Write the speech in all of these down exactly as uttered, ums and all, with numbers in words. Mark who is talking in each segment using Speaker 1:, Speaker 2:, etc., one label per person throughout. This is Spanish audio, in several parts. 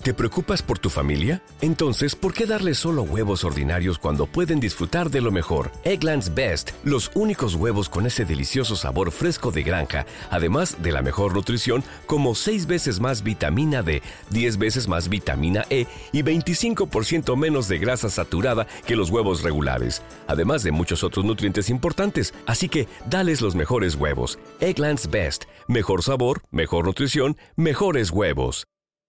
Speaker 1: ¿Te preocupas por tu familia? Entonces, ¿por qué darles solo huevos ordinarios cuando pueden disfrutar de lo mejor? Eggland's Best, los únicos huevos con ese delicioso sabor fresco de granja, además de la mejor nutrición, como seis veces más vitamina D, diez veces más vitamina E y veinticinco por ciento menos de grasa saturada que los huevos regulares, además de muchos otros nutrientes importantes. Así que, dales los mejores huevos. Eggland's Best, mejor sabor, mejor nutrición, mejores huevos.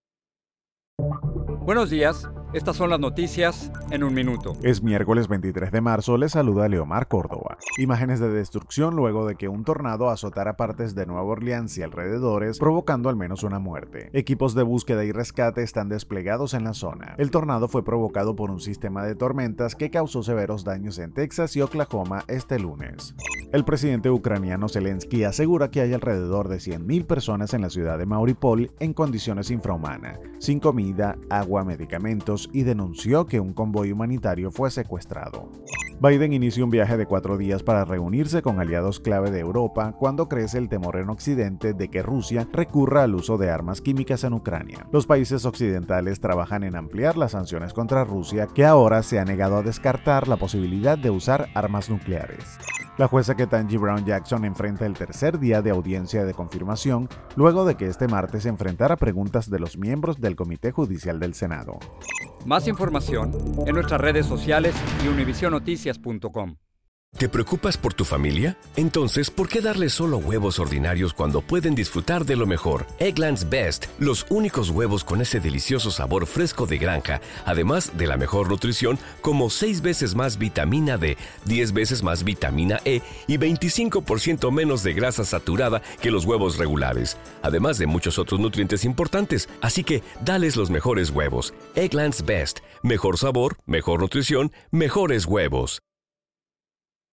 Speaker 2: Buenos días, estas son las noticias en un minuto.
Speaker 3: Es miércoles veintitrés de marzo, les saluda Leomar Córdoba. Imágenes de destrucción luego de que un tornado azotara partes de Nueva Orleans y alrededores, provocando al menos una muerte. Equipos de búsqueda y rescate están desplegados en la zona. El tornado fue provocado por un sistema de tormentas que causó severos daños en Texas y Oklahoma este lunes. El presidente ucraniano Zelensky asegura que hay alrededor de cien mil personas en la ciudad de Mariupol en condiciones infrahumanas, sin comida, agua, medicamentos, y denunció que un convoy humanitario fue secuestrado. Biden inicia un viaje de cuatro días para reunirse con aliados clave de Europa cuando crece el temor en Occidente de que Rusia recurra al uso de armas químicas en Ucrania. Los países occidentales trabajan en ampliar las sanciones contra Rusia, que ahora se ha negado a descartar la posibilidad de usar armas nucleares. La jueza Ketanji Brown Jackson enfrenta el tercer día de audiencia de confirmación luego de que este martes se enfrentara preguntas de los miembros del Comité Judicial del Senado.
Speaker 2: Más información en nuestras redes sociales y univision noticias punto com.
Speaker 1: ¿Te preocupas por tu familia? Entonces, ¿por qué darles solo huevos ordinarios cuando pueden disfrutar de lo mejor? Eggland's Best, los únicos huevos con ese delicioso sabor fresco de granja, además de la mejor nutrición, como seis veces más vitamina D, diez veces más vitamina E y veinticinco por ciento menos de grasa saturada que los huevos regulares, además de muchos otros nutrientes importantes. Así que, dales los mejores huevos. Eggland's Best, mejor sabor, mejor nutrición, mejores huevos.